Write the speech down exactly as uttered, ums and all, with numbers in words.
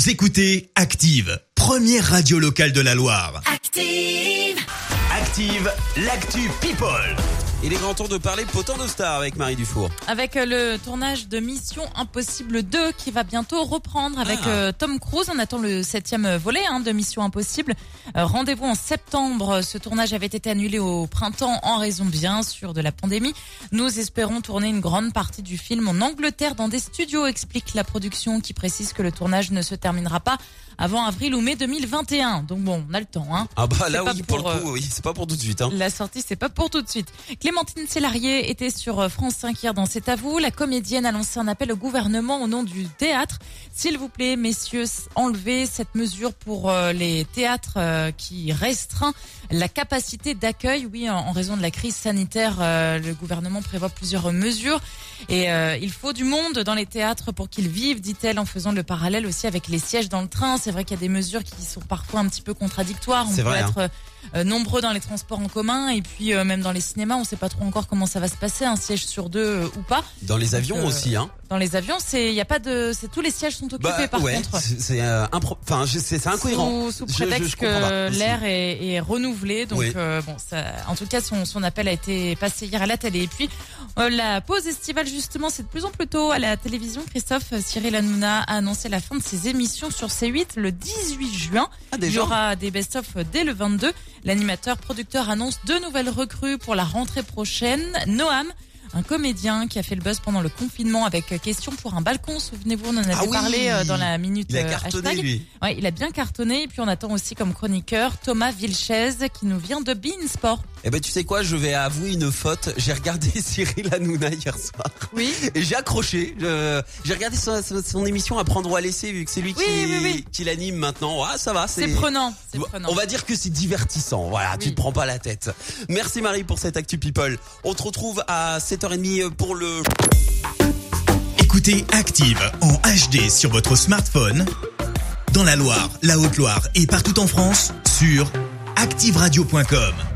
Vous écoutez Active, première radio locale de la Loire. Active, Active, l'actu People. Il est grand temps de parler potin de star avec Marie Dufour. Avec le tournage de Mission Impossible deux qui va bientôt reprendre avec Ah. euh, Tom Cruise. On attend le septième volet hein, de Mission Impossible. Euh, rendez-vous en septembre. Ce tournage avait été annulé au printemps en raison bien sûr de la pandémie. Nous espérons tourner une grande partie du film en Angleterre dans des studios, explique la production qui précise que le tournage ne se terminera pas avant avril ou mai deux mille vingt et un. Donc bon, on a le temps. Hein. Ah bah C'est là pas oui, pour, pour, le coup, oui, c'est pas pour tout de suite. Hein. La sortie, c'est pas pour tout de suite. Clémentine Célarié était sur France cinq hier dans C'est à vous. La comédienne a lancé un appel au gouvernement au nom du théâtre. S'il vous plaît, messieurs, enlevez cette mesure pour euh, les théâtres euh, qui restreint la capacité d'accueil. Oui, en, en raison de la crise sanitaire, euh, le gouvernement prévoit plusieurs mesures. Et euh, il faut du monde dans les théâtres pour qu'ils vivent, dit-elle, en faisant le parallèle aussi avec les sièges dans le train. C'est vrai qu'il y a des mesures qui sont parfois un petit peu contradictoires. On C'est peut vrai, être hein. euh, nombreux dans les transports en commun et puis euh, même dans les cinémas, on ne sait pas trop encore comment ça va se passer, un siège sur deux euh, ou pas. Dans les avions Donc, euh, aussi, hein. Dans les avions, c'est il y a pas de, c'est tous les sièges sont occupés Bah par ouais, contre. c'est c'est, euh, impro- enfin je- c'est c'est incohérent. Sous, sous Je- prétexte je- je comprends pas que aussi. l'air est, est renouvelé, donc Oui. euh, bon, ça, en tout cas son son appel a été passé hier à la télé. Et puis euh, la pause estivale justement, c'est de plus en plus tôt à la télévision. Christophe Cyril Hanouna a annoncé la fin de ses émissions sur C huit le dix-huit juin. Ah, Il y déjà. aura des best-of dès le vingt-deux. L'animateur producteur annonce deux nouvelles recrues pour la rentrée prochaine. Noam, un comédien qui a fait le buzz pendant le confinement avec Question pour un balcon. Souvenez-vous, on en avait Ah oui. parlé euh, dans la minute Il a euh, cartonné hashtag. lui. Ouais, il a bien cartonné. Et puis on attend aussi comme chroniqueur Thomas Vilches qui nous vient de Bein Sport. Eh ben tu sais quoi, je vais avouer une faute. J'ai regardé Cyril Hanouna hier soir. Oui. Et j'ai accroché. Je- J'ai regardé son, son- son émission à prendre ou à laisser vu que c'est lui Oui, qui, oui, oui. qui l'anime maintenant. Ah ça va, c'est C'est prenant. C'est prenant. On va dire que c'est divertissant. Voilà, tu Oui. te prends pas la tête. Merci Marie pour cette Actu People. On te retrouve à sept heures trente pour le... Écoutez Active en H D sur votre smartphone, dans la Loire, la Haute-Loire et partout en France, sur active radio point com.